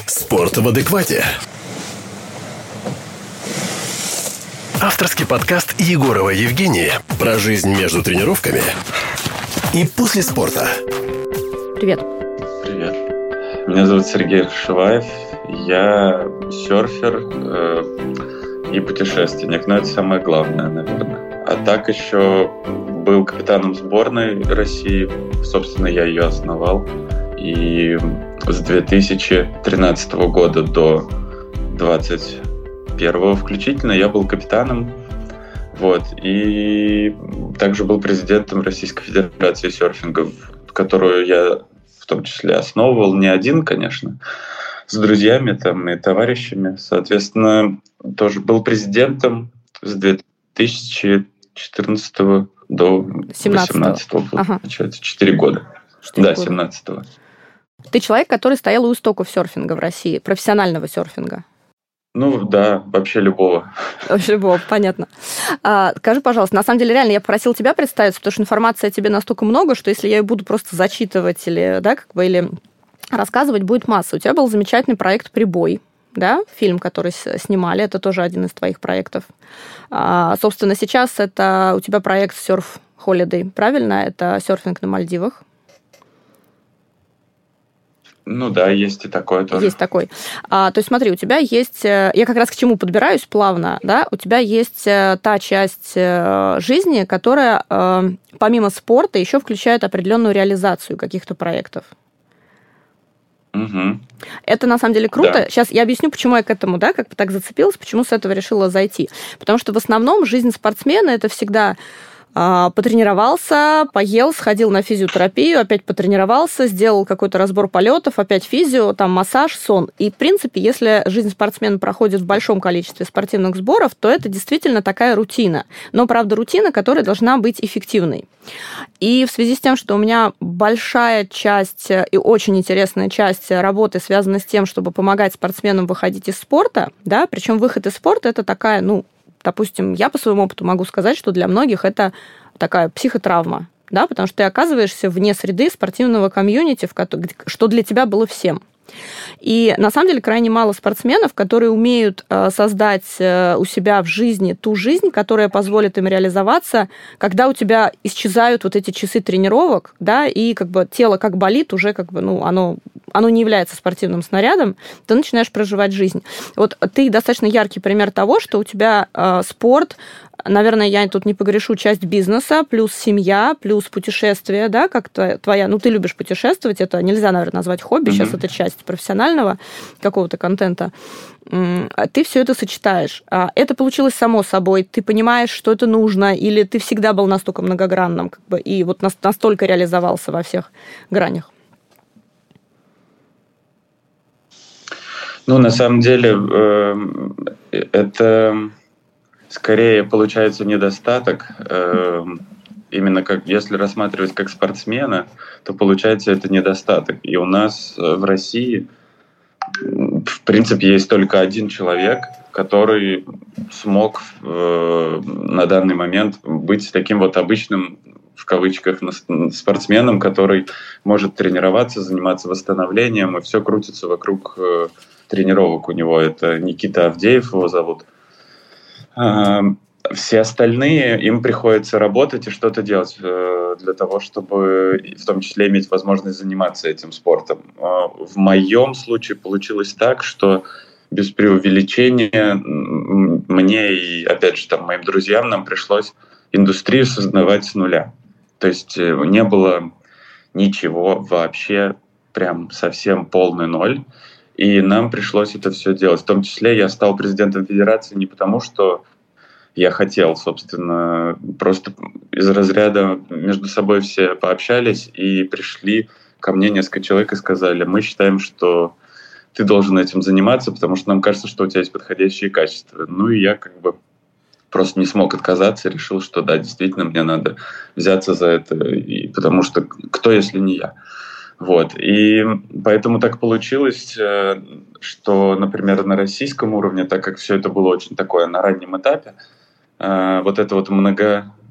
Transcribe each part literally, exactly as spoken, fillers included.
Спорт в адеквате. Авторский подкаст Егорова Евгения про жизнь между тренировками и после спорта. Привет. Привет. Меня зовут Сергей Шиваев. Я серфер э, и путешественник. Но это самое главное, наверное. А так еще был капитаном сборной России. Собственно, я ее основал. И с две тысячи тринадцатого года до двадцать первого включительно я был капитаном. Вот. И также был президентом Российской Федерации серфинга, которую я в том числе основывал. Не один, конечно, с друзьями там, и товарищами. Соответственно, тоже был президентом с две тысячи четырнадцатого до две тысячи восемнадцатого. Ага. Получается, четыре года. Да, семнадцатого. Ты человек, который стоял у истоков серфинга в России, профессионального серфинга. Ну, да, вообще любого. Вообще любого, понятно. А, скажи, пожалуйста, на самом деле, реально, я попросила тебя представиться, потому что информации о тебе настолько много, что если я ее буду просто зачитывать или, да, как бы, или рассказывать, будет масса. У тебя был замечательный проект «Прибой», да, фильм, который снимали, это тоже один из твоих проектов. А, собственно, сейчас это у тебя проект Surf Holiday, правильно? Это серфинг на Мальдивах. Ну да, есть и такое тоже. Есть такой. А, то есть смотри, у тебя есть... Я как раз к чему подбираюсь плавно, да? У тебя есть та часть жизни, которая помимо спорта еще включает определенную реализацию каких-то проектов. Угу. Это на самом деле круто. Да. Сейчас я объясню, почему я к этому, да, как бы так зацепилась, почему с этого решила зайти. Потому что в основном жизнь спортсмена – это всегда... потренировался, поел, сходил на физиотерапию, опять потренировался, сделал какой-то разбор полетов, опять физио, там массаж, сон. И, в принципе, если жизнь спортсмена проходит в большом количестве спортивных сборов, то это действительно такая рутина. Но, правда, рутина, которая должна быть эффективной. И в связи с тем, что у меня большая часть и очень интересная часть работы связана с тем, чтобы помогать спортсменам выходить из спорта, да, причем выход из спорта – это такая, ну, допустим, я по своему опыту могу сказать, что для многих это такая психотравма, да, потому что ты оказываешься вне среды спортивного комьюнити, что для тебя было всем. И на самом деле крайне мало спортсменов, которые умеют создать у себя в жизни ту жизнь, которая позволит им реализоваться, когда у тебя исчезают вот эти часы тренировок, да, и как бы тело как болит, уже как бы, ну, оно, оно не является спортивным снарядом, ты начинаешь проживать жизнь. Вот ты достаточно яркий пример того, что у тебя э, спорт, наверное, я тут не погрешу, часть бизнеса, плюс семья, плюс путешествие, да, как твоя, ну, ты любишь путешествовать, это нельзя, наверное, назвать хобби, mm-hmm. сейчас это часть профессионального какого-то контента. Ты все это сочетаешь. Это получилось само собой, ты понимаешь, что это нужно, или ты всегда был настолько многогранным, как бы, и вот настолько реализовался во всех гранях? Ну, на самом деле, это... скорее получается недостаток. Э, именно как если рассматривать как спортсмена, то получается это недостаток. И у нас в России, в принципе, есть только один человек, который смог э, на данный момент быть таким вот обычным, в кавычках, спортсменом, который может тренироваться, заниматься восстановлением, и все крутится вокруг э, тренировок у него. Это Никита Авдеев его зовут. Все остальные, им приходится работать и что-то делать для того, чтобы в том числе иметь возможность заниматься этим спортом. В моем случае получилось так, что без преувеличения мне и, опять же, там, моим друзьям нам пришлось индустрию создавать с нуля. То есть не было ничего вообще, прям совсем полный ноль. И нам пришлось это все делать. В том числе я стал президентом федерации не потому, что я хотел, собственно, просто из разряда между собой все пообщались и пришли ко мне несколько человек и сказали: мы считаем, что ты должен этим заниматься, потому что нам кажется, что у тебя есть подходящие качества. Ну и я как бы просто не смог отказаться, решил, что да, действительно, мне надо взяться за это, и, потому что кто, если не я. Вот. И поэтому так получилось, что, например, на российском уровне, так как все это было очень такое на раннем этапе, вот эта вот много,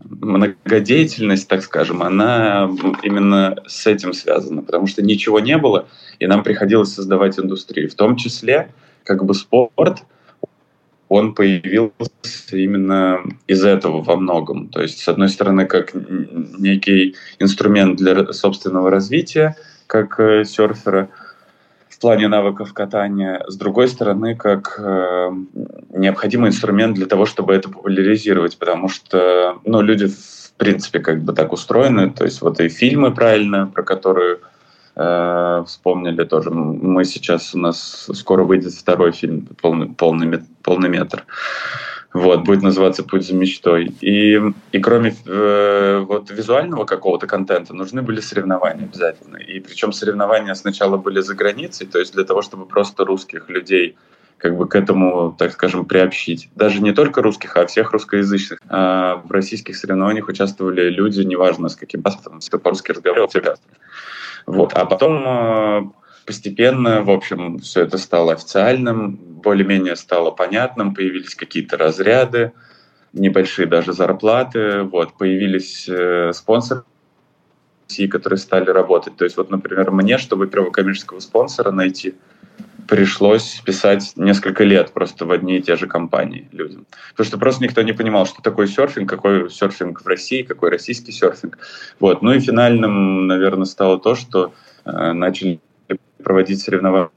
многодеятельность, так скажем, она именно с этим связана, потому что ничего не было, и нам приходилось создавать индустрию. В том числе, как бы спорт, он появился именно из этого во многом. То есть, с одной стороны, как некий инструмент для собственного развития, как э, серфера, в плане навыков катания, с другой стороны, как э, необходимый инструмент для того, чтобы это популяризировать, потому что ну, люди, в принципе, как бы так устроены, то есть вот и фильмы правильно, про которые э, вспомнили тоже. Мы сейчас, у нас скоро выйдет второй фильм, полный, полный, полный метр. Вот, будет называться «Путь за мечтой». И, и кроме э, вот, визуального какого-то контента нужны были соревнования обязательно. И причем соревнования сначала были за границей, то есть для того, чтобы просто русских людей как бы к этому, так скажем, приобщить. Даже не только русских, а всех русскоязычных. А в российских соревнованиях участвовали люди, неважно с каким паспортом, все по-русски разговаривали, все участвовали. Вот. А потом э, постепенно, в общем, все это стало официальным, более-менее стало понятным, появились какие-то разряды, небольшие даже зарплаты, вот, появились э, спонсоры, которые стали работать. То есть, вот, например, мне, чтобы первого коммерческого спонсора найти, пришлось писать несколько лет просто в одни и те же компании людям. Потому что просто никто не понимал, что такое серфинг, какой серфинг в России, какой российский серфинг. Вот. Ну и финальным, наверное, стало то, что э, начали проводить соревнования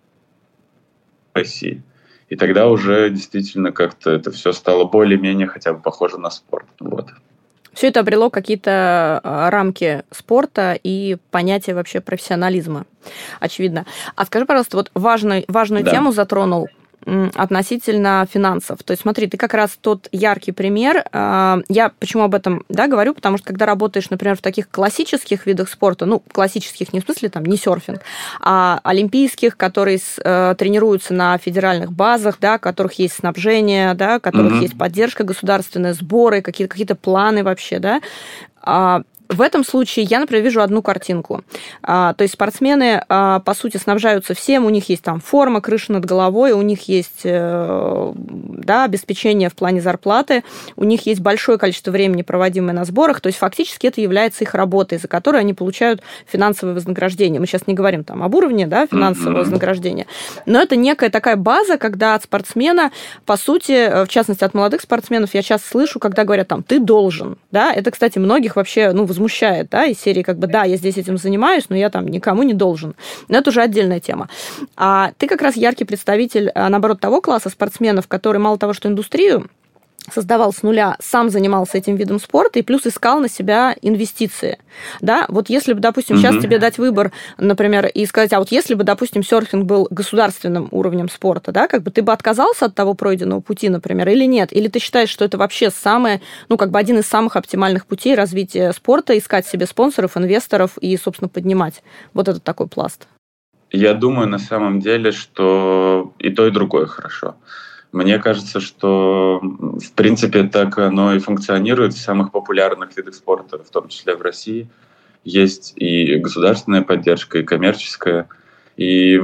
в России. И тогда уже действительно как-то это все стало более-менее хотя бы похоже на спорт. Вот. Все это обрело какие-то рамки спорта и понятие вообще профессионализма, очевидно. А скажи, пожалуйста, вот важную, важную да. тему затронул относительно финансов. То есть смотри, ты как раз тот яркий пример. Я почему об этом да, говорю? Потому что когда работаешь, например, в таких классических видах спорта, ну, классических не в смысле там не серфинг, а олимпийских, которые э, тренируются на федеральных базах, да, у которых есть снабжение, да, у которых mm-hmm. есть поддержка государственная, сборы, какие-то, какие-то планы вообще, да, а, в этом случае я, например, вижу одну картинку. А, то есть спортсмены, а, по сути, снабжаются всем, у них есть там форма, крыша над головой, у них есть э, да, обеспечение в плане зарплаты, у них есть большое количество времени, проводимое на сборах, то есть фактически это является их работой, за которую они получают финансовое вознаграждение. Мы сейчас не говорим там об уровне да, финансового mm-hmm. вознаграждения, но это некая такая база, когда от спортсмена, по сути, в частности, от молодых спортсменов, я часто слышу, когда говорят там, ты должен. Да? Это, кстати, многих вообще ну, возмущает, да, из серии как бы, да, я здесь этим занимаюсь, но я там никому не должен. Но это уже отдельная тема. А ты как раз яркий представитель, наоборот, того класса спортсменов, который мало того, что индустрию создавал с нуля, сам занимался этим видом спорта и плюс искал на себя инвестиции. Да? Вот если бы, допустим, сейчас mm-hmm. тебе дать выбор, например, и сказать, а вот если бы, допустим, серфинг был государственным уровнем спорта, да, как бы ты бы отказался от того пройденного пути, например, или нет? Или ты считаешь, что это вообще самое, ну, как бы один из самых оптимальных путей развития спорта, искать себе спонсоров, инвесторов и, собственно, поднимать вот этот такой пласт? Я думаю, на самом деле, что и то, и другое хорошо. Мне кажется, что, в принципе, так оно и функционирует в самых популярных видах спорта, в том числе в России. Есть и государственная поддержка, и коммерческая. И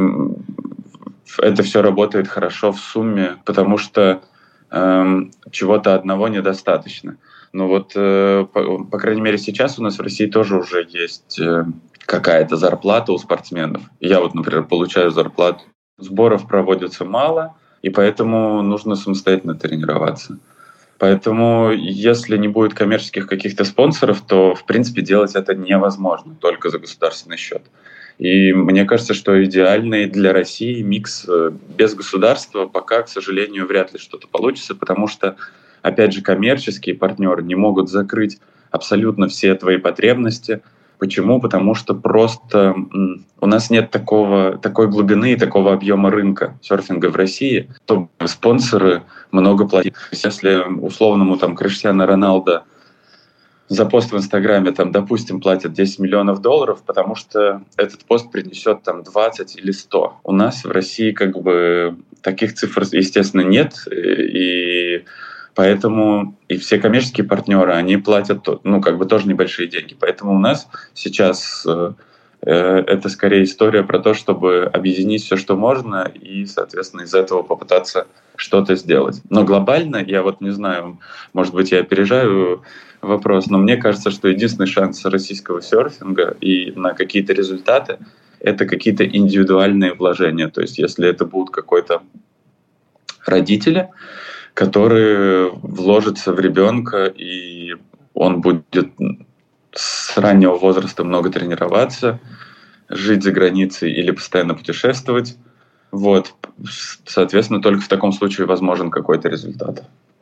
это все работает хорошо в сумме, потому что э, чего-то одного недостаточно. Ну вот, э, по, по крайней мере, сейчас у нас в России тоже уже есть э, какая-то зарплата у спортсменов. Я вот, например, получаю зарплату. Сборов проводится мало, и поэтому нужно самостоятельно тренироваться. Поэтому, если не будет коммерческих каких-то спонсоров, то, в принципе, делать это невозможно, только за государственный счет. И мне кажется, что идеальный для России микс без государства пока, к сожалению, вряд ли что-то получится, потому что, опять же, коммерческие партнеры не могут закрыть абсолютно все твои потребности. Почему? Потому что просто у нас нет такого, такой глубины и такого объема рынка серфинга в России, то спонсоры много платят. Если условному там Криштиану Роналдо за пост в Инстаграме, там, допустим, платят десять миллионов долларов, потому что этот пост принесет там двадцать или сто. У нас в России как бы таких цифр, естественно, нет, и поэтому и все коммерческие партнеры, они платят, ну, как бы тоже небольшие деньги. Поэтому у нас сейчас э, это скорее история про то, чтобы объединить все, что можно, и, соответственно, из этого попытаться что-то сделать. Но глобально, я вот не знаю, может быть, я опережаю вопрос, но мне кажется, что единственный шанс российского серфинга и на какие-то результаты – это какие-то индивидуальные вложения. То есть если это будут какой-то родители, которые вложатся в ребенка, и он будет с раннего возраста много тренироваться, жить за границей или постоянно путешествовать. Вот. Соответственно, только в таком случае возможен какой-то результат.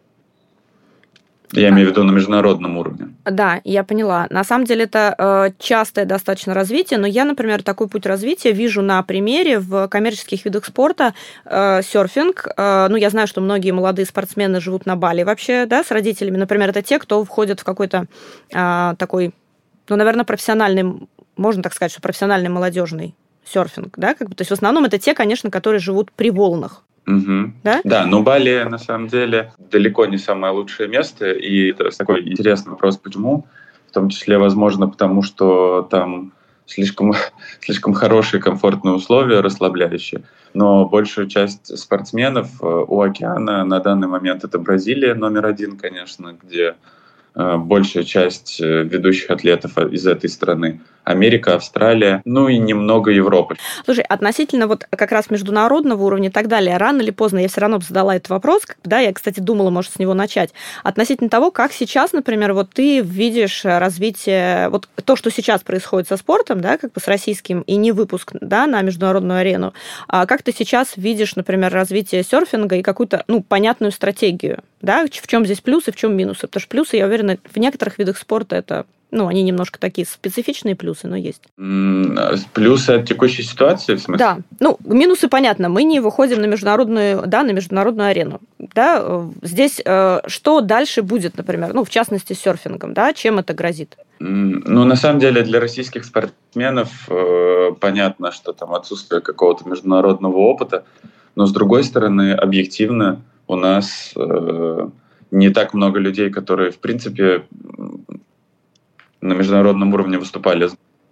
Я имею в виду на международном уровне. Да, я поняла. На самом деле это э, частое достаточно развитие, но я, например, такой путь развития вижу на примере в коммерческих видах спорта. Э, серфинг, э, ну, я знаю, что многие молодые спортсмены живут на Бали вообще, да, с родителями. Например, это те, кто входит в какой-то э, такой, ну, наверное, профессиональный, можно так сказать, что профессиональный молодежный серфинг, да, как бы, то есть в основном это те, конечно, которые живут при волнах. Угу. Да? Да, но Бали на самом деле далеко не самое лучшее место, и это такой интересный вопрос, почему, в том числе, возможно, потому что там слишком, слишком хорошие, комфортные условия, расслабляющие, но большую часть спортсменов у океана на данный момент это Бразилия номер один, конечно, где большая часть ведущих атлетов из этой страны. Америка, Австралия, ну и немного Европы. Слушай, относительно вот как раз международного уровня и так далее, рано или поздно я все равно задала этот вопрос, да, я, кстати, думала, может, с него начать. Относительно того, как сейчас, например, вот ты видишь развитие, вот то, что сейчас происходит со спортом, да, как бы с российским, и не выпуск, да, на международную арену, а как ты сейчас видишь, например, развитие серфинга и какую-то, ну, понятную стратегию, да, в чем здесь плюсы, в чем минусы? Потому что плюсы, я уверена, в некоторых видах спорта это, ну, они немножко такие специфичные плюсы, но есть. Плюсы от текущей ситуации, в смысле? Да. Ну, минусы, понятно. Мы не выходим на международную, да, на международную арену. Да? Здесь э, что дальше будет, например, ну, в частности, с серфингом, да? Чем это грозит? Ну, на самом деле, для российских спортсменов э, понятно, что там отсутствие какого-то международного опыта, но, с другой стороны, объективно у нас э, не так много людей, которые, в принципе, на международном уровне выступали.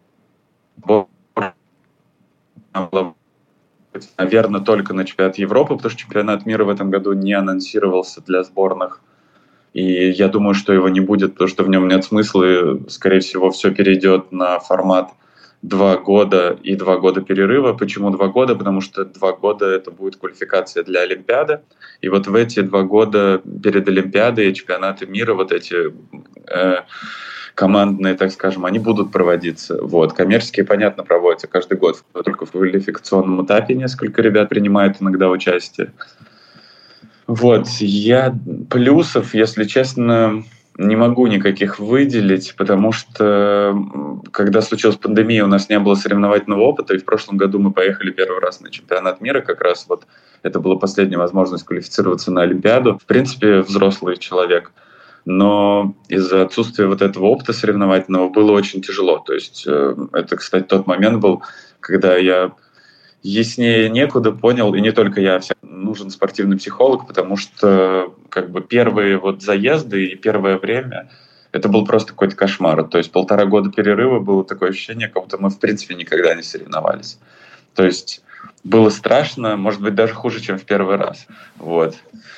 Наверное, только на чемпионат Европы, потому что чемпионат мира в этом году не анонсировался для сборных. И я думаю, что его не будет, потому что в нем нет смысла. И, скорее всего, все перейдет на формат два года и два года перерыва. Почему два года? Потому что два года это будет квалификация для Олимпиады. И вот в эти два года перед Олимпиадой и чемпионаты мира вот эти э, командные, так скажем, они будут проводиться. Вот. Коммерческие, понятно, проводятся каждый год. Только в квалификационном этапе несколько ребят принимают иногда участие. Вот. Я плюсов, если честно, не могу никаких выделить, потому что когда случилась пандемия, у нас не было соревновательного опыта, и в прошлом году мы поехали первый раз на чемпионат мира, как раз вот это была последняя возможность квалифицироваться на Олимпиаду. В принципе, взрослый человек. Но из-за отсутствия вот этого опыта соревновательного было очень тяжело. То есть это, кстати, тот момент был, когда я яснее некуда понял, и не только я, нужен спортивный психолог, потому что как бы первые вот заезды и первое время это был просто какой-то кошмар. То есть полтора года перерыва было такое ощущение, как будто мы в принципе никогда не соревновались. То есть было страшно, может быть, даже хуже, чем в первый раз. Вот.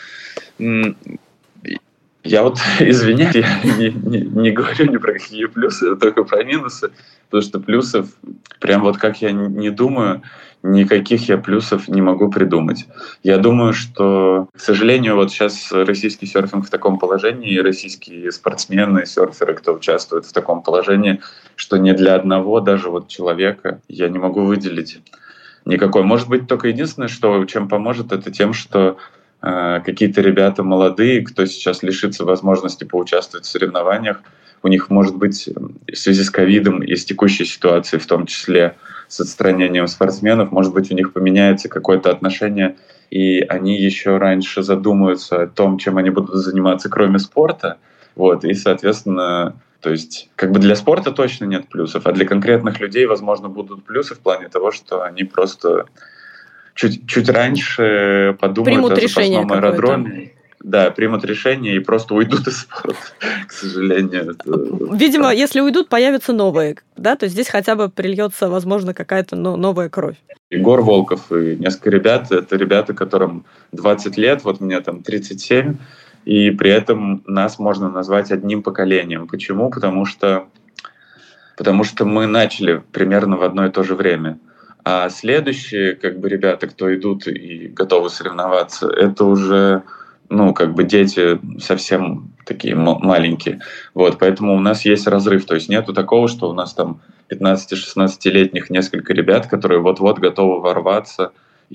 Я вот, извиняюсь, я не, не, не говорю ни про какие плюсы, а только про минусы, потому что плюсов, прям вот как я не думаю, никаких я плюсов не могу придумать. Я думаю, что, к сожалению, вот сейчас российский серфинг в таком положении, и российские спортсмены, серферы, кто участвует в таком положении, что ни для одного даже вот человека я не могу выделить никакой. Может быть, только единственное, что чем поможет, это тем, что какие-то ребята молодые, кто сейчас лишится возможности поучаствовать в соревнованиях, у них, может быть, в связи с ковидом и с текущей ситуацией, в том числе с отстранением спортсменов, может быть, у них поменяется какое-то отношение, и они еще раньше задумаются о том, чем они будут заниматься, кроме спорта. Вот, и, соответственно, то есть как бы для спорта точно нет плюсов, а для конкретных людей, возможно, будут плюсы в плане того, что они просто чуть, чуть раньше подумают примут о запасном аэродроме. Да, примут решение и просто уйдут из спорта, к сожалению. Это... Видимо, если уйдут, появятся новые, да? То есть здесь хотя бы прильется, возможно, какая-то новая кровь. Егор Волков и несколько ребят, это ребята, которым двадцать лет, вот мне там тридцать семь, и при этом нас можно назвать одним поколением. Почему? Потому что, потому что мы начали примерно в одно и то же время. А следующие, как бы, ребята, кто идут и готовы соревноваться, это уже, ну, как бы дети совсем такие маленькие. Вот, поэтому у нас есть разрыв. То есть нету такого, что у нас там пятнадцати-шестнадцатилетних несколько ребят, которые вот-вот готовы ворваться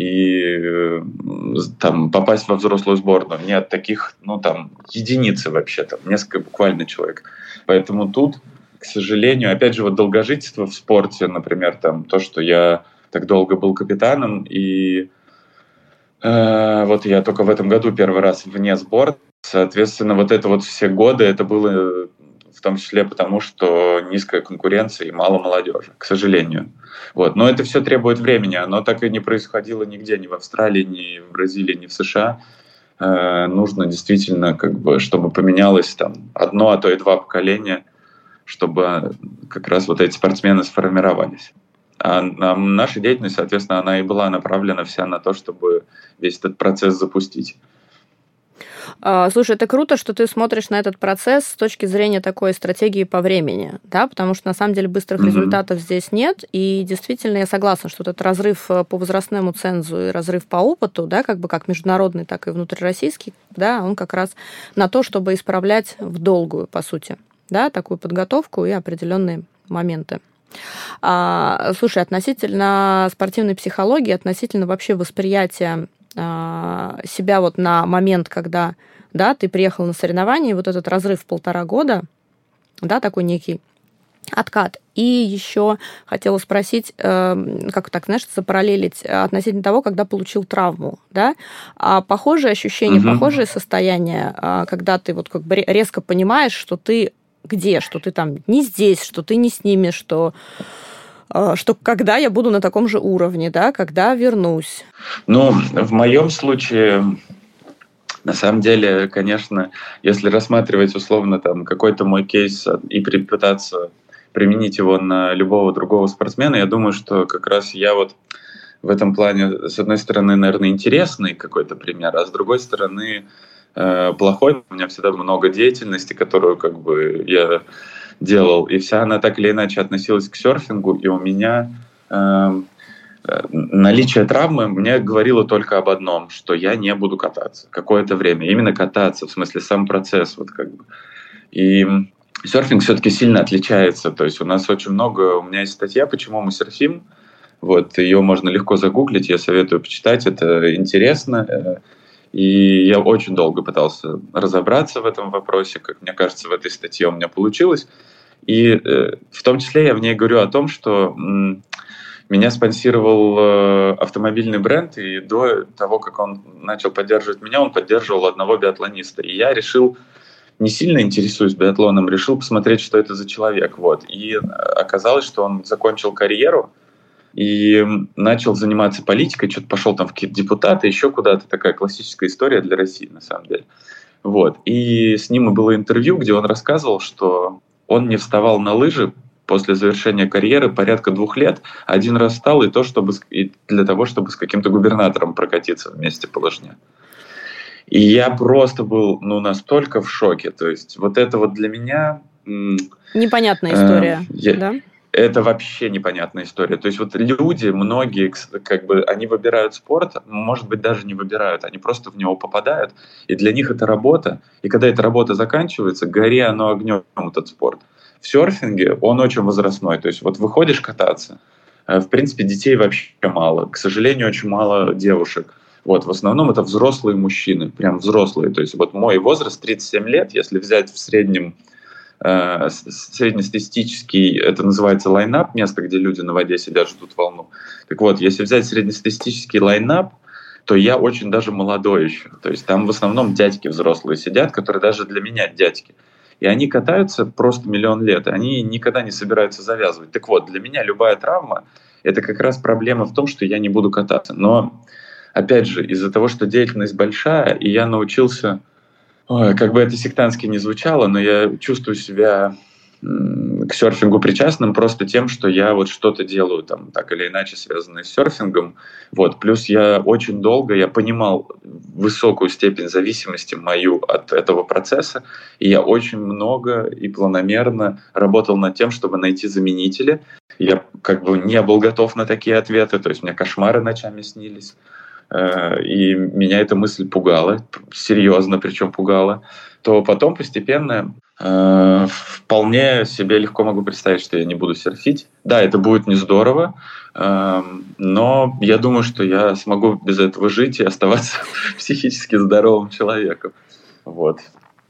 и там попасть во взрослую сборную. Нет, таких, ну, там, единицы вообще, там, несколько буквально человек. Поэтому тут, к сожалению, опять же, вот долгожительство в спорте, например, там, то, что я так долго был капитаном, и э, вот я только в этом году первый раз вне сборной, соответственно, вот это вот все годы, это было в том числе потому, что низкая конкуренция и мало молодежи, к сожалению. Вот. Но это все требует времени, оно так и не происходило нигде, ни в Австралии, ни в Бразилии, ни в США. Э, нужно действительно, как бы, чтобы поменялось там одно, а то и два поколения, чтобы как раз вот эти спортсмены сформировались. А наша деятельность, соответственно, она и была направлена вся на то, чтобы весь этот процесс запустить. Слушай, это круто, что ты смотришь на этот процесс с точки зрения такой стратегии по времени, да, потому что на самом деле быстрых mm-hmm. результатов здесь нет, и действительно я согласна, что этот разрыв по возрастному цензу и разрыв по опыту, да, как бы как международный, так и внутрироссийский, да, он как раз на то, чтобы исправлять в долгую, по сути, да, такую подготовку и определенные моменты. А, слушай, относительно спортивной психологии, относительно вообще восприятия а, себя вот на момент, когда, да, ты приехал на соревнования, вот этот разрыв в полтора года, да, такой некий откат. И еще хотела спросить, э, как так, знаешь, запараллелить относительно того, когда получил травму, да, а похожие ощущения, угу. похожие состояния, когда ты вот как бы резко понимаешь, что ты где, что ты там не здесь, что ты не с ними, что, что когда я буду на таком же уровне, да, когда вернусь? Ну, в моем случае, на самом деле, конечно, если рассматривать условно там какой-то мой кейс и попытаться применить его на любого другого спортсмена, я думаю, что как раз я вот в этом плане, с одной стороны, наверное, интересный какой-то пример, а с другой стороны, плохой. У меня всегда много деятельности, которую как бы я делал, и вся она так или иначе относилась к серфингу, и у меня э, наличие травмы мне говорило только об одном, что я не буду кататься какое-то время. Именно кататься, в смысле сам процесс. Вот как бы. И серфинг все-таки сильно отличается. То есть у нас очень много... У меня есть статья «Почему мы серфим». Вот, ее можно легко загуглить, я советую почитать, это интересно. И я очень долго пытался разобраться в этом вопросе, как мне кажется, в этой статье у меня получилось. И э, в том числе я в ней говорю о том, что м, меня спонсировал э, автомобильный бренд, и до того, как он начал поддерживать меня, он поддерживал одного биатлониста. И я решил, не сильно интересуюсь биатлоном, решил посмотреть, что это за человек. Вот. И оказалось, что он закончил карьеру, и начал заниматься политикой, что-то пошел там в какие-то депутаты, еще куда-то, такая классическая история для России, на самом деле. Вот. И с ним было интервью, где он рассказывал, что он не вставал на лыжи после завершения карьеры порядка двух лет. Один раз встал, и то, чтобы, и для того, чтобы с каким-то губернатором прокатиться вместе по лыжне. И я просто был, ну, настолько в шоке. То есть вот это вот для меня... Непонятная история, э, я, да? Это вообще непонятная история. То есть вот люди, многие, как бы, они выбирают спорт, может быть, даже не выбирают, они просто в него попадают, и для них это работа. И когда эта работа заканчивается, гори оно огнем, этот спорт. В серфинге он очень возрастной. То есть вот выходишь кататься, в принципе, детей вообще мало. К сожалению, очень мало девушек. Вот, в основном это взрослые мужчины, прям взрослые. То есть вот мой возраст тридцать семь лет, если взять в среднем среднестатистический, это называется лайнап, место, где люди на воде сидят, ждут волну. Так вот, если взять среднестатистический лайнап, то я очень даже молодой еще. То есть там в основном дядьки взрослые сидят, которые даже для меня дядьки. И они катаются просто миллион лет, и они никогда не собираются завязывать. Так вот, для меня любая травма — это как раз проблема в том, что я не буду кататься. Но, опять же, из-за того, что деятельность большая, и я научился... Ой, как бы это сектантски не звучало, но я чувствую себя к серфингу причастным просто тем, что я вот что-то делаю там так или иначе связанное с серфингом. Вот. Плюс я очень долго, я понимал высокую степень зависимости мою от этого процесса, и я очень много и планомерно работал над тем, чтобы найти заменители. Я как бы не был готов на такие ответы, то есть мне кошмары ночами снились. И меня эта мысль пугала, серьезно причем пугала, то потом постепенно э, вполне себе легко могу представить, что я не буду серфить. Да, это будет не здорово, э, но я думаю, что я смогу без этого жить и оставаться психически здоровым человеком. Вот.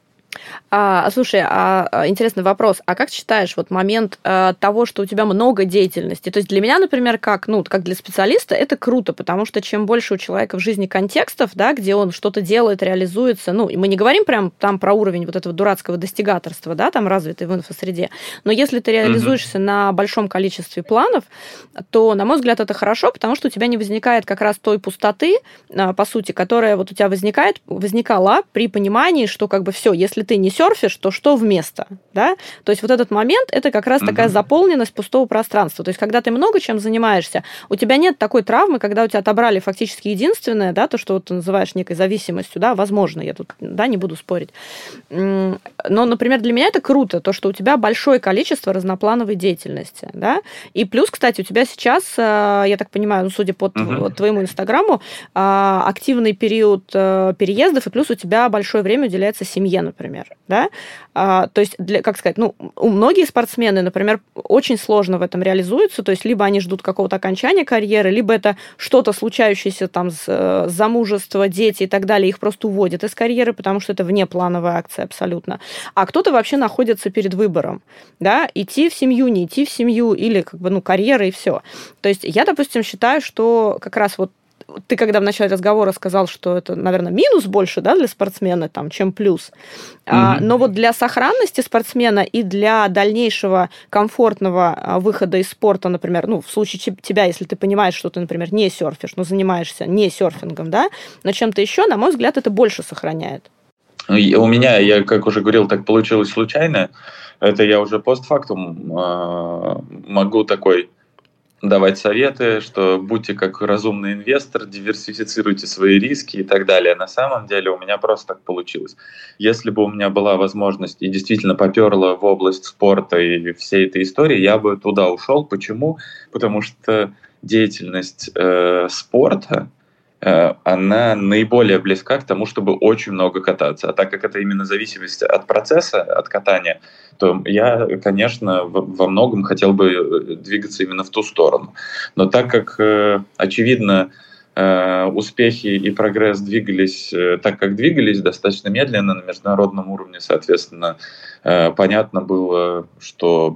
А, слушай, а, интересный вопрос. А как считаешь, вот момент а, того, что у тебя много деятельности? То есть для меня, например, как, ну, как для специалиста, это круто, потому что чем больше у человека в жизни контекстов, да, где он что-то делает, реализуется, ну, и мы не говорим прям там про уровень вот этого дурацкого достигаторства, да, там развитый в инфосреде, но если ты реализуешься mm-hmm. на большом количестве планов, то, на мой взгляд, это хорошо, потому что у тебя не возникает как раз той пустоты, а, по сути, которая вот у тебя возникает, возникала при понимании, что как бы все, если ты не серфишь, то что вместо, да? То есть вот этот момент, это как раз mm-hmm. такая заполненность пустого пространства. То есть когда ты много чем занимаешься, у тебя нет такой травмы, когда у тебя отобрали фактически единственное, да, то, что вот ты называешь некой зависимостью, да, возможно, я тут, да, не буду спорить. Но, например, для меня это круто, то, что у тебя большое количество разноплановой деятельности, да, и плюс, кстати, у тебя сейчас, я так понимаю, ну, судя по mm-hmm. твоему инстаграму, активный период переездов, и плюс у тебя большое время уделяется семье, например. Да? А, то есть, для, как сказать, ну, у многих спортсмены, например, очень сложно в этом реализуются, то есть либо они ждут какого-то окончания карьеры, либо это что-то случающееся там с, с замужества, дети и так далее, их просто уводят из карьеры, потому что это внеплановая акция абсолютно. А кто-то вообще находится перед выбором, да, идти в семью, не идти в семью, или как бы, ну, карьера и все. То есть я, допустим, считаю, что как раз вот ты когда в начале разговора сказал, что это, наверное, минус больше, да, для спортсмена, там, чем плюс. Mm-hmm. А, но вот для сохранности спортсмена и для дальнейшего комфортного выхода из спорта, например, ну, в случае тебя, если ты понимаешь, что ты, например, не серфишь, но занимаешься не серфингом, да, но чем-то еще, на мой взгляд, это больше сохраняет. У меня, я, как уже говорил, так получилось случайно. Это я уже постфактум э, могу такой давать советы, что будьте как разумный инвестор, диверсифицируйте свои риски и так далее. На самом деле у меня просто так получилось. Если бы у меня была возможность и действительно попёрло в область спорта и всей этой истории, я бы туда ушел. Почему? Потому что деятельность э, спорта, э, она наиболее близка к тому, чтобы очень много кататься. А так как это именно зависимость от процесса, от катания, то я, конечно, во многом хотел бы двигаться именно в ту сторону. Но так как, э, очевидно, э, успехи и прогресс двигались э, так, как двигались, достаточно медленно на международном уровне, соответственно, э, понятно было, что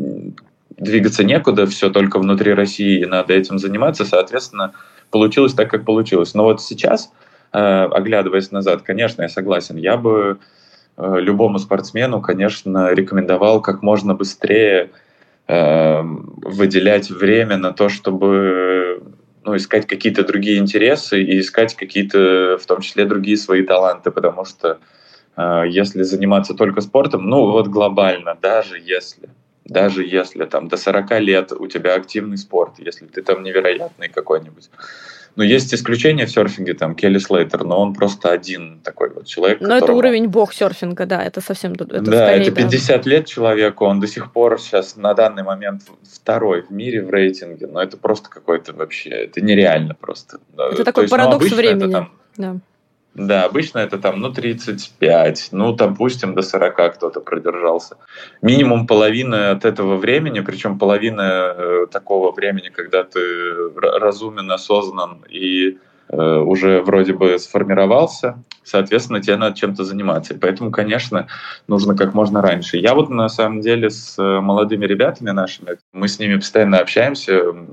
двигаться некуда, все только внутри России, и надо этим заниматься, соответственно, получилось так, как получилось. Но вот сейчас, э, оглядываясь назад, конечно, я согласен, я бы любому спортсмену, конечно, рекомендовал как можно быстрее э, выделять время на то, чтобы, ну, искать какие-то другие интересы и искать какие-то, в том числе, другие свои таланты, потому что э, если заниматься только спортом, ну вот глобально, даже если, даже если там до сорока лет у тебя активный спорт, если ты там невероятный какой-нибудь. Ну, есть исключения в серфинге, там, Келли Слейтер, но он просто один такой вот человек. Но которого... это уровень бог серфинга, да, это совсем... Это да, скорее, это пятьдесят да. лет человеку, он до сих пор сейчас на данный момент второй в мире в рейтинге, но это просто какой-то вообще, это нереально просто. Это такой есть, парадокс ну, времени. Там, да. Да, обычно это там, ну, тридцать пять, ну, допустим, до сорока кто-то продержался. Минимум половина от этого времени, причем половина э, такого времени, когда ты разумен, осознан и э, уже вроде бы сформировался, соответственно, тебе надо чем-то заниматься. И поэтому, конечно, нужно как можно раньше. Я вот на самом деле с молодыми ребятами нашими, мы с ними постоянно общаемся,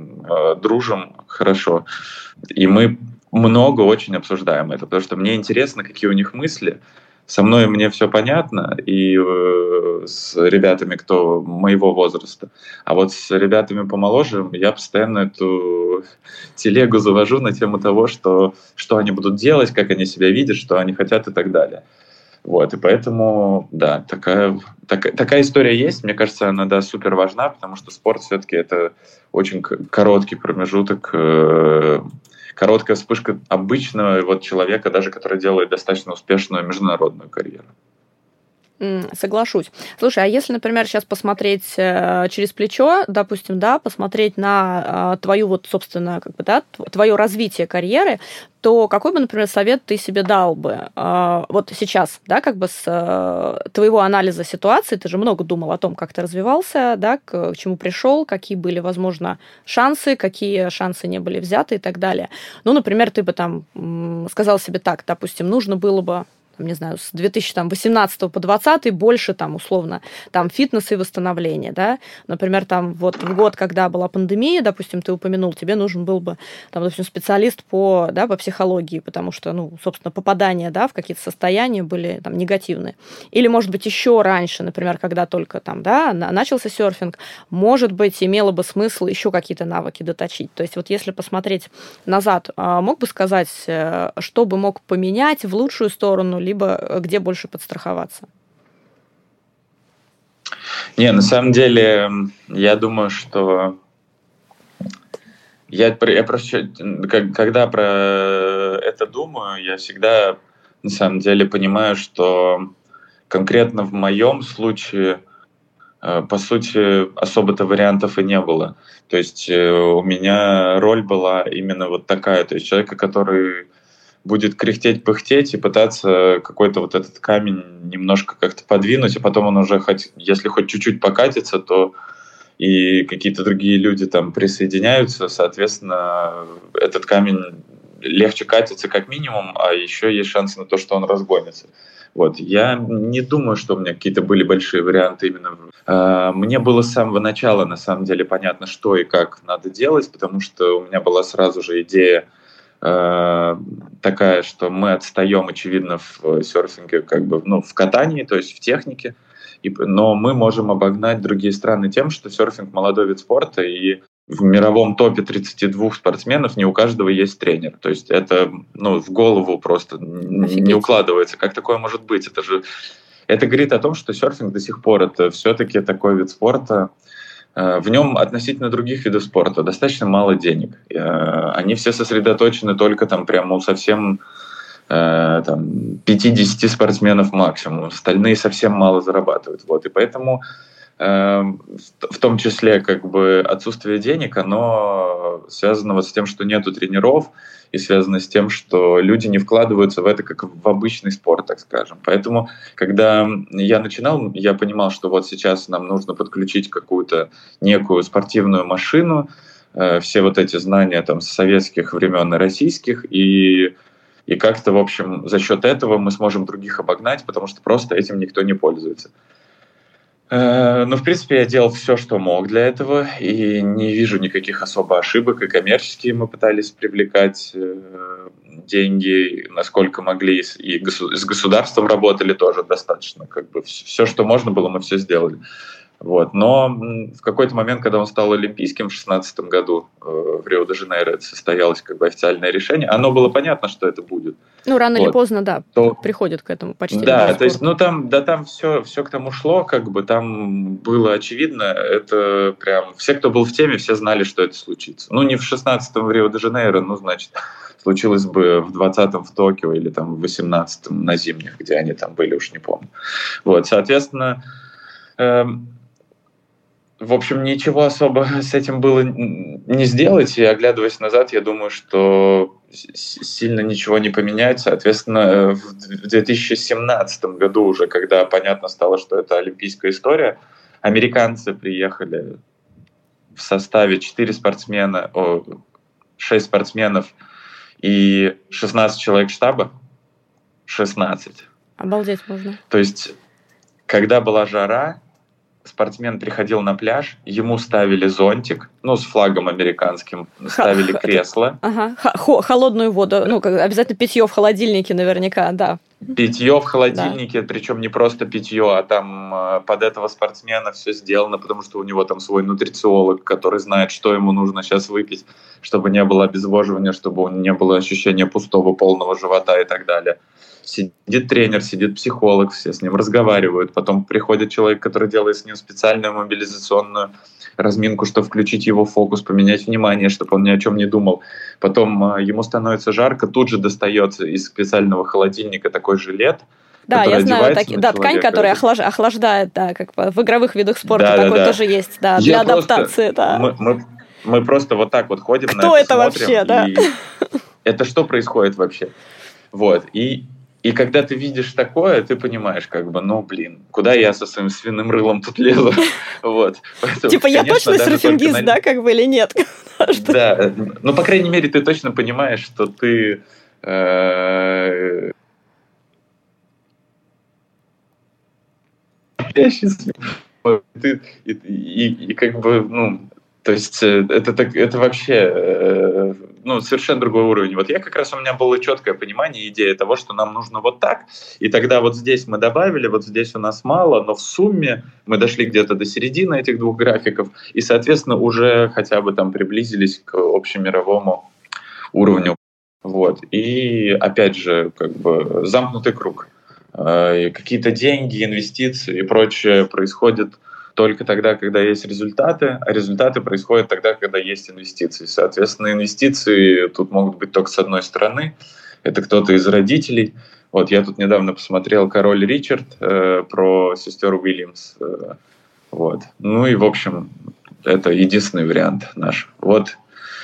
э, дружим хорошо, и мы много очень обсуждаем это, потому что мне интересно, какие у них мысли. Со мной мне все понятно, и э, с ребятами, кто моего возраста. А вот с ребятами помоложе я постоянно эту телегу завожу на тему того, что, что они будут делать, как они себя видят, что они хотят и так далее. Вот, и поэтому, да, такая, так, такая история есть. Мне кажется, она, да, супер важна, потому что спорт все-таки это очень короткий промежуток, э, короткая вспышка обычного вот человека, даже который делает достаточно успешную международную карьеру. Соглашусь. Слушай, а если, например, сейчас посмотреть э, через плечо, допустим, да, посмотреть на э, твою вот, собственно, как бы, да, твое развитие карьеры, то какой бы, например, совет ты себе дал бы э, вот сейчас, да, как бы с э, твоего анализа ситуации, ты же много думал о том, как ты развивался, да, к, к чему пришел, какие были, возможно, шансы, какие шансы не были взяты и так далее. Ну, например, ты бы там м, сказал себе так, допустим, нужно было бы, не знаю, с две тысячи восемнадцатого по двадцатый больше там условно там фитнеса и восстановления, да, например, там вот в год, когда была пандемия, допустим, ты упомянул, тебе нужен был бы там, допустим, специалист по, да, по психологии, потому что, ну, собственно, попадания, да, в какие-то состояния были там негативные. Или, может быть, еще раньше, например, когда только там, да, начался серфинг, может быть, имело бы смысл еще какие-то навыки доточить. То есть вот если посмотреть назад, мог бы сказать, что бы мог поменять в лучшую сторону, либо где больше подстраховаться? Не, на самом деле, я думаю, что я, я просто, когда про это думаю, я всегда на самом деле понимаю, что конкретно в моем случае, по сути, особо-то вариантов и не было. То есть у меня роль была именно вот такая, то есть человека, который будет кряхтеть, пыхтеть и пытаться какой-то вот этот камень немножко как-то подвинуть, а потом он уже, хоть, если хоть чуть-чуть покатится, то и какие-то другие люди там присоединяются, соответственно, этот камень легче катится как минимум, а еще есть шансы на то, что он разгонится. Вот. Я не думаю, что у меня какие-то были большие варианты именно. Мне было с самого начала, на самом деле, понятно, что и как надо делать, потому что у меня была сразу же идея такая, что мы отстаем, очевидно, в серфинге, как бы, ну, в катании, то есть в технике, и, но мы можем обогнать другие страны тем, что серфинг — молодой вид спорта, и в мировом топе тридцати двух спортсменов не у каждого есть тренер. То есть это, ну, в голову просто Офигеть. Не укладывается. Как такое может быть? Это же это говорит о том, что серфинг до сих пор это все-таки такой вид спорта. В нем относительно других видов спорта достаточно мало денег. Они все сосредоточены только там прямо у совсем там, пятидесяти спортсменов максимум. Остальные совсем мало зарабатывают. Вот. И поэтому в том числе как бы отсутствие денег, оно связано вот с тем, что нету тренеров, и связано с тем, что люди не вкладываются в это как в обычный спорт, так скажем. Поэтому, когда я начинал, я понимал, что вот сейчас нам нужно подключить какую-то некую спортивную машину, э, все вот эти знания там с советских времен и российских, и, и как-то, в общем, за счет этого мы сможем других обогнать, потому что просто этим никто не пользуется. Ну, в принципе, я делал все, что мог для этого, и не вижу никаких особо ошибок. И коммерческие мы пытались привлекать э, деньги, насколько могли, и госу- с государством работали тоже достаточно. Как бы все, что можно было, мы все сделали. Вот. Но в какой-то момент, когда он стал олимпийским в две тысячи шестнадцатом году э, в Рио-де-Жанейро, это состоялось как бы официальное решение, оно было понятно, что это будет. Ну, рано вот. Или поздно, да, то, приходит к этому почти. Да, то есть, ну там, да, там все, все к тому шло, как бы там было очевидно, это прям, все, кто был в теме, все знали, что это случится. Ну, не в шестнадцатом в Рио-де-Жанейро, ну, значит, случилось бы в двадцатом в Токио или там в восемнадцатом на зимних, где они там были, уж не помню. Вот, соответственно, эм, в общем, ничего особо с этим было не сделать, и, оглядываясь назад, я думаю, что сильно ничего не поменяется. Соответственно, в две тысячи семнадцатом году уже, когда понятно стало, что это олимпийская история, американцы приехали в составе четыре спортсмена, о, шесть спортсменов и шестнадцать человек штаба. шестнадцать. Обалдеть можно. То есть, когда была жара, спортсмен приходил на пляж, ему ставили зонтик, ну, с флагом американским, ставили кресло. Ага, холодную воду, ну, обязательно питье в холодильнике наверняка, да. Питье в холодильнике, да. Причем не просто питье, а там под этого спортсмена все сделано, потому что у него там свой нутрициолог, который знает, что ему нужно сейчас выпить, чтобы не было обезвоживания, чтобы не было ощущения пустого полного живота и так далее. Сидит тренер, сидит психолог, все с ним разговаривают. Потом приходит человек, который делает с ним специальную мобилизационную разминку, чтобы включить его фокус, поменять внимание, чтобы он ни о чем не думал. Потом ему становится жарко, тут же достается из специального холодильника такой жилет. Да, я знаю, таки, да, ткань, которая охлаж, охлаждает, да, как в игровых видах спорта да, такой да, тоже да. есть, да, для я адаптации. Просто, да. мы, мы, мы просто вот так вот ходим, Кто на это, это смотрим, вообще, да? Это что происходит вообще? Вот, и И когда ты видишь такое, ты понимаешь, как бы, ну, блин, куда я со своим свиным рылом тут лезу? Вот. Типа я точно серфингист, да, как бы, или нет? Да, ну, по крайней мере, ты точно понимаешь, что ты... Я счастлив. И как бы, ну... То есть это, это вообще ну, совершенно другой уровень. Вот я как раз, у меня было четкое понимание, идея того, что нам нужно вот так, и тогда вот здесь мы добавили, вот здесь у нас мало, но в сумме мы дошли где-то до середины этих двух графиков, и, соответственно, уже хотя бы там приблизились к общемировому уровню. Вот. И, опять же, как бы замкнутый круг. Какие-то деньги, инвестиции и прочее происходят только тогда, когда есть результаты, а результаты происходят тогда, когда есть инвестиции. Соответственно, инвестиции тут могут быть только с одной стороны. Это кто-то из родителей. Вот я тут недавно посмотрел «Король Ричард» э, про сестер Уильямс. Э, вот. Ну и, в общем, это единственный вариант наш. Вот.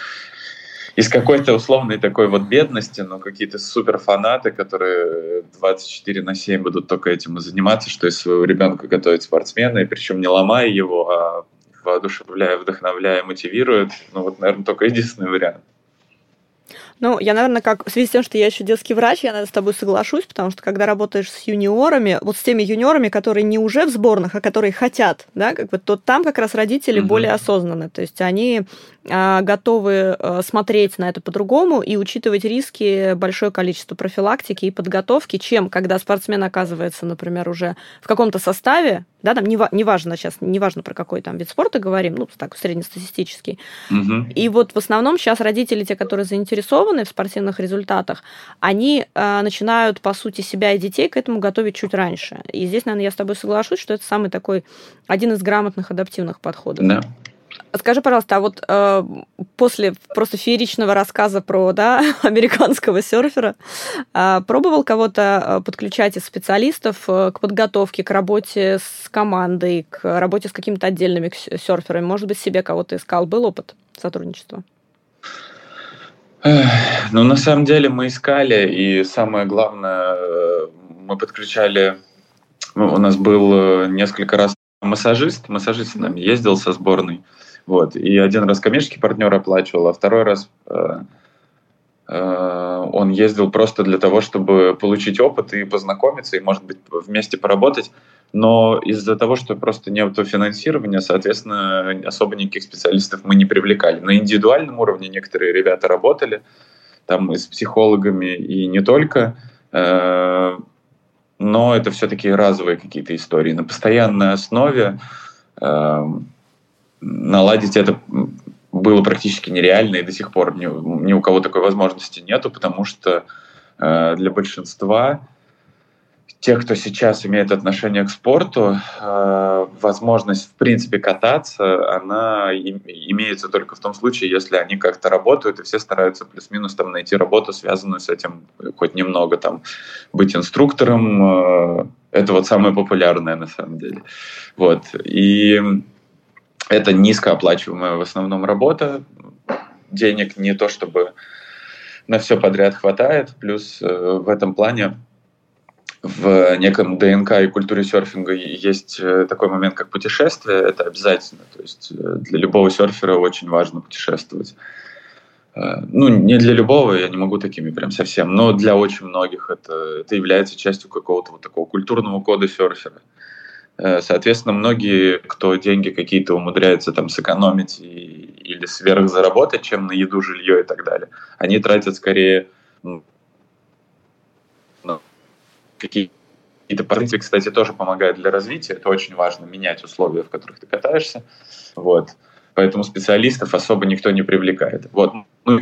Из какой-то условной такой вот бедности, но какие-то суперфанаты, которые двадцать четыре на семь будут только этим и заниматься, что из своего ребенка готовить спортсмена, и причем не ломая его, а воодушевляя, вдохновляя, мотивирует. Ну вот, наверное, только единственный вариант. Ну, я, наверное, как в связи с тем, что я еще детский врач, я, наверное, с тобой соглашусь, потому что когда работаешь с юниорами, вот с теми юниорами, которые не уже в сборных, а которые хотят, да, как бы, то там как раз родители mm-hmm. более осознанны, то есть они а, готовы а, смотреть на это по-другому и учитывать риски, большое количество профилактики и подготовки, чем когда спортсмен оказывается, например, уже в каком-то составе, да, там неважно сейчас, неважно про какой там вид спорта говорим, ну, так, среднестатистический. Mm-hmm. И вот в основном сейчас родители, те, которые заинтересованы в спортивных результатах, они э, начинают, по сути, себя и детей к этому готовить чуть раньше. И здесь, наверное, я с тобой соглашусь, что это самый такой, один из грамотных адаптивных подходов. Да. Скажи, пожалуйста, а вот э, после просто фееричного рассказа про да, американского серфера, э, пробовал кого-то подключать из специалистов к подготовке, к работе с командой, к работе с какими-то отдельными серферами? Может быть, себе кого-то искал? Был опыт сотрудничества? Ну, на самом деле мы искали, и самое главное, мы подключали, у нас был несколько раз массажист, массажист с нами ездил со сборной, вот, и один раз коммерческий партнер оплачивал, а второй раз э, э, он ездил просто для того, чтобы получить опыт и познакомиться, и, может быть, вместе поработать. Но из-за того, что просто нет финансирования, соответственно, особо никаких специалистов мы не привлекали. На индивидуальном уровне некоторые ребята работали, там и с психологами, и не только, но это все-таки разовые какие-то истории. На постоянной основе наладить это было практически нереально, и до сих пор ни, ни у кого такой возможности нету, потому что для большинства тех, кто сейчас имеет отношение к спорту, э, возможность, в принципе, кататься, она им, имеется только в том случае, если они как-то работают, и все стараются плюс-минус там найти работу, связанную с этим хоть немного, там, быть инструктором. Э, это вот самое популярное на самом деле. Вот. И это низкооплачиваемая в основном работа. Денег не то чтобы на все подряд хватает, плюс э, в этом плане в неком ДНК и культуре серфинга есть такой момент, как путешествие. Это обязательно. То есть для любого серфера очень важно путешествовать. Ну, не для любого, я не могу такими прям совсем, но для очень многих это, это является частью какого-то вот такого культурного кода серфера. Соответственно, многие, кто деньги какие-то умудряется там сэкономить и, или сверхзаработать, чем на еду, жилье и так далее, они тратят скорее какие-то позиции, кстати, тоже помогают для развития. Это очень важно, менять условия, в которых ты катаешься. Вот. Поэтому специалистов особо никто не привлекает. Вот.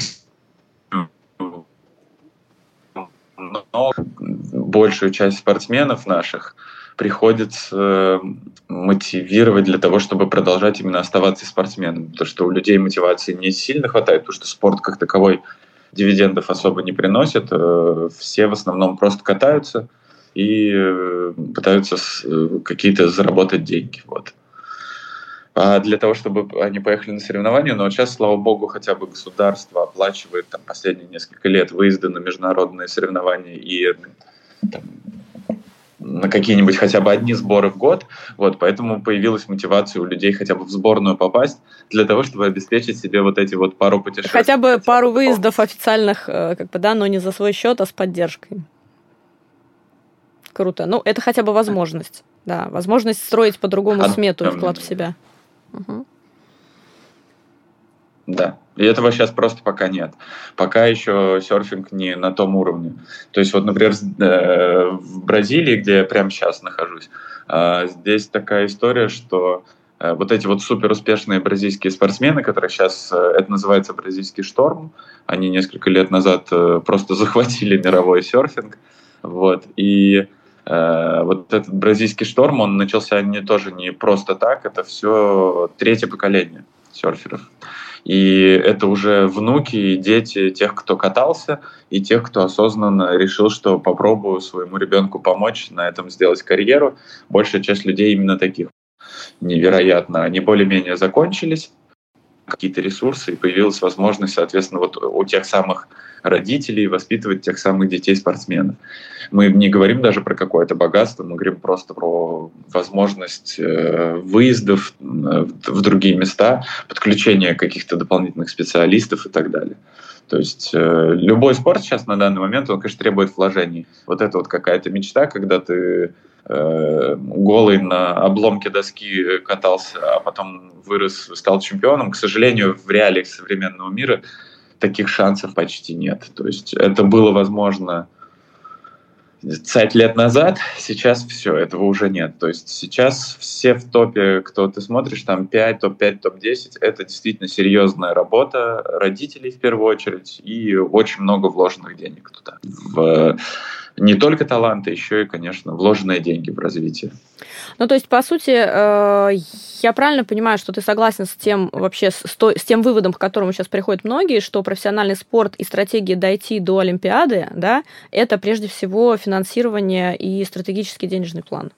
Но большую часть спортсменов наших приходится мотивировать для того, чтобы продолжать именно оставаться спортсменом. Потому что у людей мотивации не сильно хватает, потому что спорт как таковой дивидендов особо не приносит. Все в основном просто катаются и пытаются какие-то заработать деньги. Вот. А для того, чтобы они поехали на соревнования, но сейчас, слава богу, хотя бы государство оплачивает там, последние несколько лет выезды на международные соревнования и там, на какие-нибудь хотя бы одни сборы в год. Вот, поэтому появилась мотивация у людей хотя бы в сборную попасть для того, чтобы обеспечить себе вот эти вот пару путешествий. Хотя бы пару выездов официальных, как бы, да, но не за свой счет, а с поддержкой. Круто. Ну, это хотя бы возможность. Да, возможность строить по-другому а, смету и вклад в себя. Угу. Да, и этого сейчас просто пока нет. Пока еще серфинг не на том уровне. То есть вот, например, в Бразилии, где я прямо сейчас нахожусь, здесь такая история, что вот эти вот супер успешные бразильские спортсмены, которые сейчас, это называется бразильский шторм, они несколько лет назад просто захватили мировой серфинг, вот, и вот этот бразильский шторм, он начался не, тоже не просто так, это все третье поколение серферов. И это уже внуки и дети тех, кто катался, и тех, кто осознанно решил, что попробую своему ребенку помочь на этом сделать карьеру. Большая часть людей именно таких. Невероятно. Они более-менее закончились, какие-то ресурсы, и появилась возможность, соответственно, вот у тех самых родителей воспитывать тех самых детей-спортсменов. Мы не говорим даже про какое-то богатство, мы говорим просто про возможность выездов в другие места, подключение каких-то дополнительных специалистов и так далее. То есть любой спорт сейчас на данный момент, он, конечно, требует вложений. Вот это вот какая-то мечта, когда ты голый на обломке доски катался, а потом вырос, стал чемпионом. К сожалению, в реалиях современного мира таких шансов почти нет. То есть это было возможно пять лет назад, сейчас все, этого уже нет. То есть сейчас все в топе, кто ты смотришь, там пять, топ пять, топ десять, это действительно серьезная работа родителей в первую очередь и очень много вложенных денег туда. В не только таланты, еще и, конечно, вложенные деньги в развитие. Ну, то есть, по сути, я правильно понимаю, что ты согласен с тем вообще с, то, с тем выводом, к которому сейчас приходят многие, что профессиональный спорт и стратегия дойти до Олимпиады, да, это прежде всего финансирование и стратегический денежный план?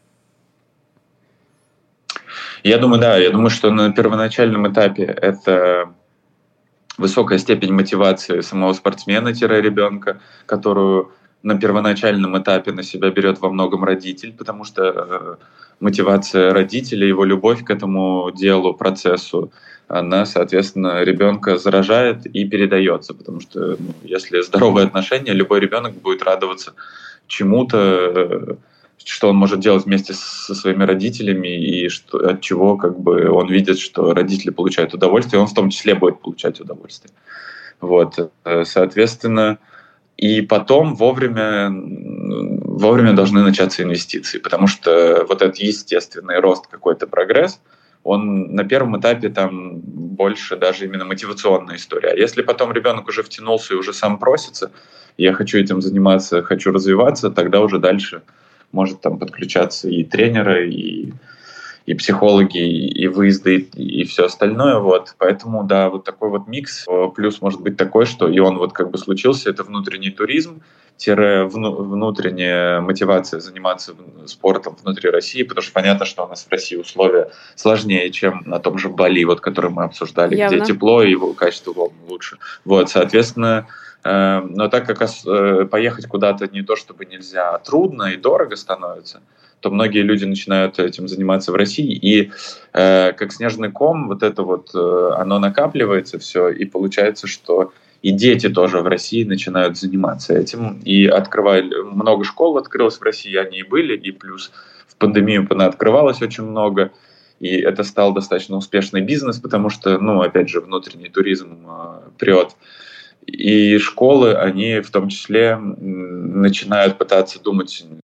Я думаю, да. Я думаю, что на первоначальном этапе это высокая степень мотивации самого спортсмена-ребенка, которую на первоначальном этапе на себя берет во многом родитель, потому что э, мотивация родителя, его любовь к этому делу, процессу, она, соответственно, ребенка заражает и передается, потому что ну, если здоровые отношения, любой ребенок будет радоваться чему-то, э, что он может делать вместе со своими родителями, и что, от чего как бы, он видит, что родители получают удовольствие, и он в том числе будет получать удовольствие. Вот. Соответственно, и потом вовремя, вовремя должны начаться инвестиции, потому что вот этот естественный рост, какой-то прогресс, он на первом этапе там больше даже именно мотивационная история. А если потом ребенок уже втянулся и уже сам просится, я хочу этим заниматься, хочу развиваться, тогда уже дальше может там подключаться и тренеры, и, и психологи, и, и выезды, и, и все остальное. Вот. Поэтому, да, вот такой вот микс. Плюс может быть такой, что и он вот как бы случился, это внутренний туризм, тире внутренняя мотивация заниматься спортом внутри России, потому что понятно, что у нас в России условия сложнее, чем на том же Бали, вот, который мы обсуждали, Явно. Где тепло и качество волн лучше. Вот, соответственно, но так как поехать куда-то не то чтобы нельзя, а трудно и дорого становится, то многие люди начинают этим заниматься в России, и э, как снежный ком вот это вот, э, оно накапливается все, и получается, что и дети тоже в России начинают заниматься этим, и открывали, много школ открылось в России, они и были, и плюс в пандемию открывалось очень много, и это стал достаточно успешный бизнес, потому что, ну, опять же, внутренний туризм э, прет. И школы, они в том числе начинают пытаться думать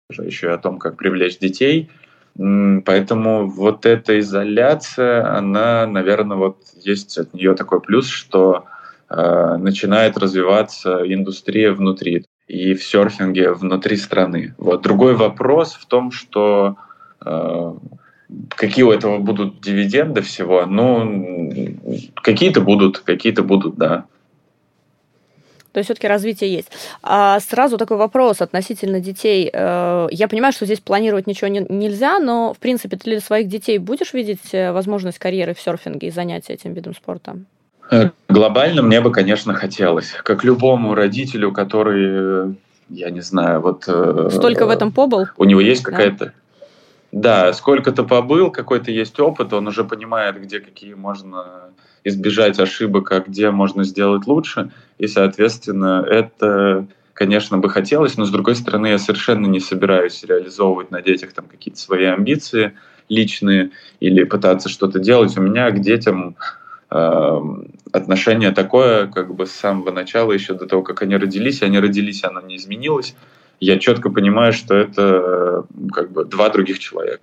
еще и о том, как привлечь детей. Поэтому вот эта изоляция, она, наверное, вот есть от нее такой плюс, что э, начинает развиваться индустрия внутри и в серфинге внутри страны. Вот. Другой вопрос в том, что э, какие у этого будут дивиденды всего. Ну, какие-то будут, какие-то будут, да. То есть все-таки развитие есть. А сразу такой вопрос относительно детей. Я понимаю, что здесь планировать ничего не, нельзя, но, в принципе, ты для своих детей будешь видеть возможность карьеры в серфинге и занятия этим видом спорта? Глобально мне бы, конечно, хотелось. Как любому родителю, который, я не знаю, вот... Столько в этом побыл? У него есть какая-то... Да? Да, сколько-то побыл, какой-то есть опыт, он уже понимает, где какие можно избежать ошибок, а где можно сделать лучше. И, соответственно, это, конечно, бы хотелось, но, с другой стороны, я совершенно не собираюсь реализовывать на детях там какие-то свои амбиции личные или пытаться что-то делать. У меня к детям э, отношение такое, как бы с самого начала, еще до того, как они родились. Они родились, оно не изменилось. Я четко понимаю, что это как бы два других человека.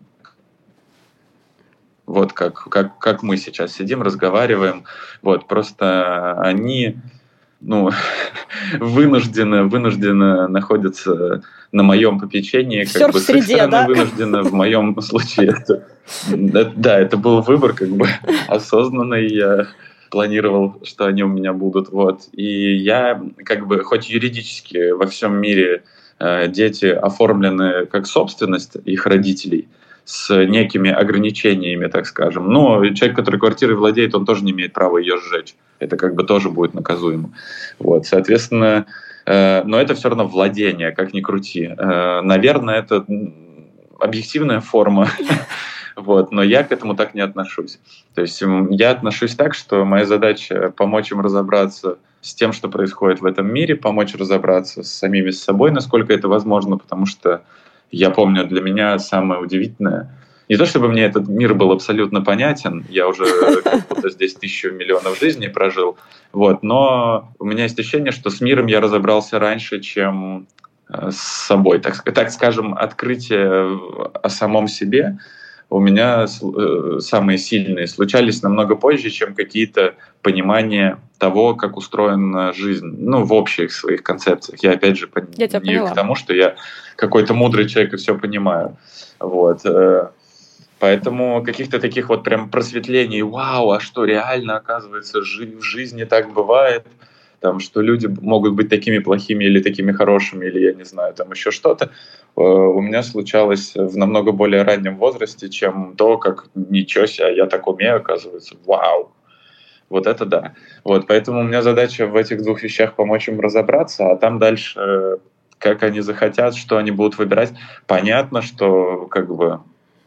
Вот как, как, как мы сейчас сидим, разговариваем. Вот, просто они ну, вынуждены, вынуждены находятся на моем попечении. Как бы, с их стороны, да? Вынуждены, в моем случае. Это, да, это был выбор как бы осознанный. Я планировал, что они у меня будут. Вот. И я, как бы, хоть юридически во всем мире э, дети оформлены как собственность их родителей, с некими ограничениями, так скажем. Но человек, который квартирой владеет, он тоже не имеет права ее сжечь. Это как бы тоже будет наказуемо. Вот, соответственно, э, но это все равно владение, как ни крути. Э, наверное, это объективная форма. Вот, но я к этому так не отношусь. То есть я отношусь так, что моя задача помочь им разобраться с тем, что происходит в этом мире, помочь разобраться с самими с собой, насколько это возможно, потому что я помню, для меня самое удивительное, не то чтобы мне этот мир был абсолютно понятен, я уже как будто здесь тысячу миллионов жизней прожил, вот, но у меня есть ощущение, что с миром я разобрался раньше, чем с собой. Так, так скажем, открытие о самом себе у меня самые сильные случались намного позже, чем какие-то понимания того, как устроена жизнь, ну, в общих своих концепциях. Я, опять же, я не к тому, что я какой-то мудрый человек и все понимаю. Вот. Поэтому каких-то таких вот прям просветлений, вау, а что реально, оказывается, в жизни так бывает, там, что люди могут быть такими плохими или такими хорошими, или, я не знаю, там еще что-то, у меня случалось в намного более раннем возрасте, чем то, как ничего себе, я так умею, оказывается, вау. Вот это да. Вот, поэтому у меня задача в этих двух вещах помочь им разобраться, а там дальше, как они захотят, что они будут выбирать. Понятно, что как бы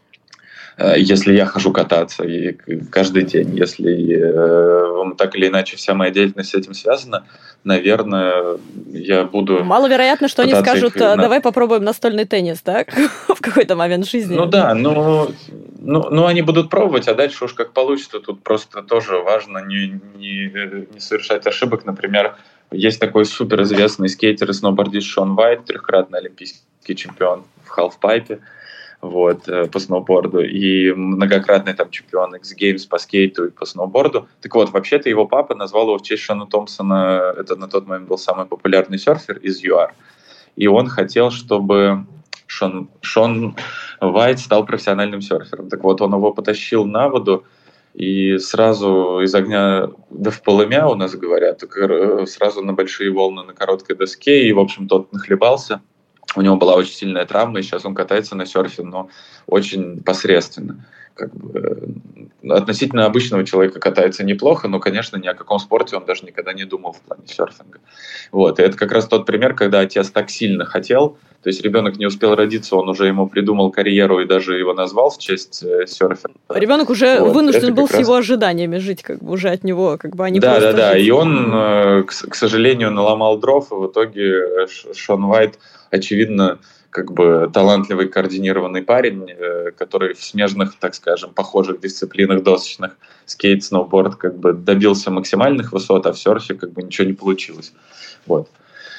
если я хожу кататься и каждый день, если э, так или иначе вся моя деятельность с этим связана, наверное, я буду... Маловероятно, что они скажут, их... давай попробуем настольный теннис, да, в какой-то момент жизни. Ну да, ну, ну, ну они будут пробовать, а дальше уж как получится, тут просто тоже важно не, не, не совершать ошибок. Например, есть такой суперизвестный скейтер и сноубордист Шон Уайт, трехкратный олимпийский чемпион в халфпайпе. Вот, по сноуборду, и многократный там чемпион X Games по скейту и по сноуборду. Так вот, вообще-то его папа назвал его в честь Шона Томпсона, это на тот момент был самый популярный серфер из ЮАР, и он хотел, чтобы Шон, Шон Уайт стал профессиональным серфером. Так вот, он его потащил на воду, и сразу из огня да в полымя, у нас говорят, сразу на большие волны на короткой доске, и, в общем, тот нахлебался. У него была очень сильная травма, и сейчас он катается на серфе, но очень посредственно. Как бы, относительно обычного человека катается неплохо, но, конечно, ни о каком спорте он даже никогда не думал в плане серфинга. Вот. И это как раз тот пример, когда отец так сильно хотел, то есть ребенок не успел родиться, он уже ему придумал карьеру и даже его назвал в честь э, серфера. Ребенок уже вот. вынужден это был с раз... его ожиданиями жить, как бы уже от него, как бы они да, просто. Да, да, да. Жить. И он, э, к, к сожалению, наломал дров, и в итоге Шон Уайт, очевидно, как бы талантливый, координированный парень, э, который в смежных, так скажем, похожих дисциплинах досочных, скейт, сноуборд, как бы добился максимальных высот, а в серфе как бы ничего не получилось. Вот.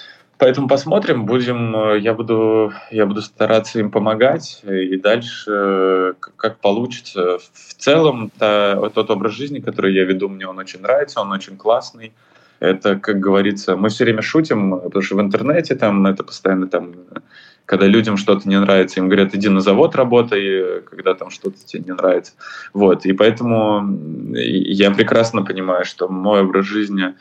Поэтому посмотрим, будем, я буду, я буду стараться им помогать, и дальше как получится. В целом, та, тот образ жизни, который я веду, мне он очень нравится, он очень классный. Это, как говорится, мы все время шутим, потому что в интернете там это постоянно там, когда людям что-то не нравится, им говорят, иди на завод работай, когда там что-то тебе не нравится. Вот, и поэтому я прекрасно понимаю, что мой образ жизни,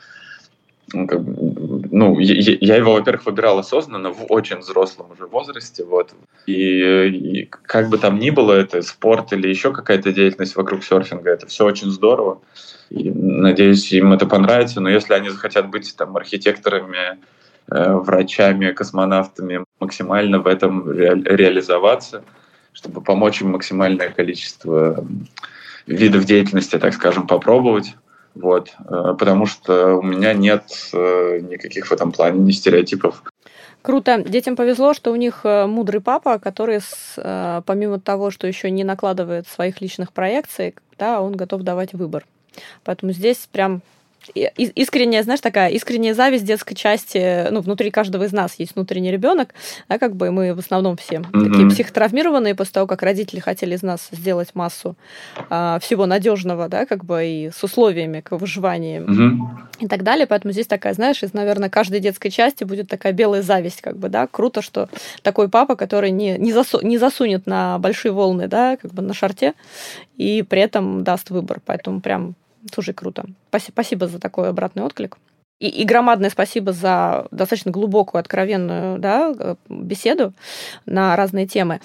ну, я, я его, во-первых, выбирал осознанно в очень взрослом уже возрасте, вот. И, и как бы там ни было, это спорт или еще какая-то деятельность вокруг серфинга, это все очень здорово. И, надеюсь, им это понравится. Но если они захотят быть там архитекторами, э, врачами, космонавтами, максимально в этом ре- реализоваться, чтобы помочь им максимальное количество видов деятельности, так скажем, попробовать. Вот, потому что у меня нет никаких в этом плане ни стереотипов. Круто. Детям повезло, что у них мудрый папа, который, помимо того, что еще не накладывает своих личных проекций, да, он готов давать выбор. Поэтому здесь прям искренняя, знаешь, такая искренняя зависть детской части, ну, внутри каждого из нас есть внутренний ребенок, да, как бы мы в основном все mm-hmm. такие психотравмированные после того, как родители хотели из нас сделать массу а, всего надежного, да, как бы и с условиями к выживанию mm-hmm. и так далее, поэтому здесь такая, знаешь, из, наверное, каждой детской части будет такая белая зависть, как бы, да, круто, что такой папа, который не, не, засу, не засунет на большие волны, да, как бы на шорте и при этом даст выбор, поэтому прям тоже круто. Спасибо за такой обратный отклик. И, и громадное спасибо за достаточно глубокую, откровенную, да, беседу на разные темы.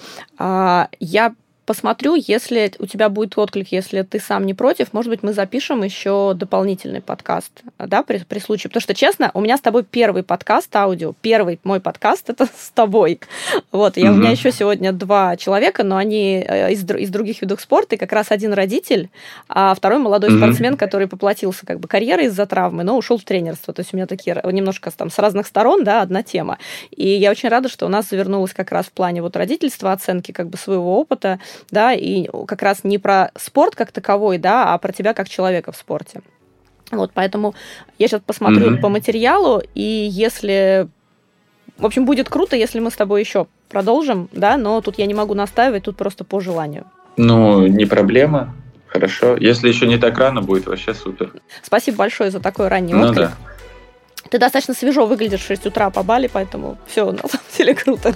Я посмотрю, если у тебя будет отклик, если ты сам не против, может быть, мы запишем еще дополнительный подкаст, да, при, при случае. Потому что, честно, у меня с тобой первый подкаст аудио, первый мой подкаст — это с тобой. Вот, я, mm-hmm. у меня еще сегодня два человека, но они из, из других видов спорта, и как раз один родитель, а второй молодой mm-hmm. спортсмен, который поплатился как бы карьерой из-за травмы, но ушел в тренерство. То есть у меня такие немножко там с разных сторон, да, одна тема. И я очень рада, что у нас завернулось как раз в плане вот родительства, оценки как бы своего опыта, да, и как раз не про спорт как таковой, да, а про тебя как человека в спорте. Вот, поэтому я сейчас посмотрю mm-hmm. по материалу, и если... В общем, будет круто, если мы с тобой еще продолжим, да, но тут я не могу настаивать, тут просто по желанию. Ну, не проблема, хорошо. Если еще не так рано, будет вообще супер. Спасибо большое за такой ранний ну, отклик. Да. Ты достаточно свежо выглядишь в шесть утра по Бали, поэтому все, на самом деле, круто.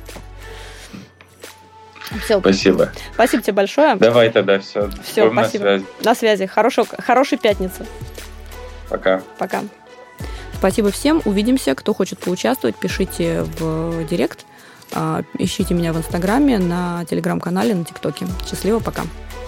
Все. Спасибо. Спасибо тебе большое. Давай тогда все. Все, спасибо. На связи. На связи. Хорошо, хорошей пятницы. Пока. Пока. Спасибо всем. Увидимся. Кто хочет поучаствовать, пишите в директ. Ищите меня в Инстаграме, на Телеграм-канале, на ТикТоке. Счастливо, пока.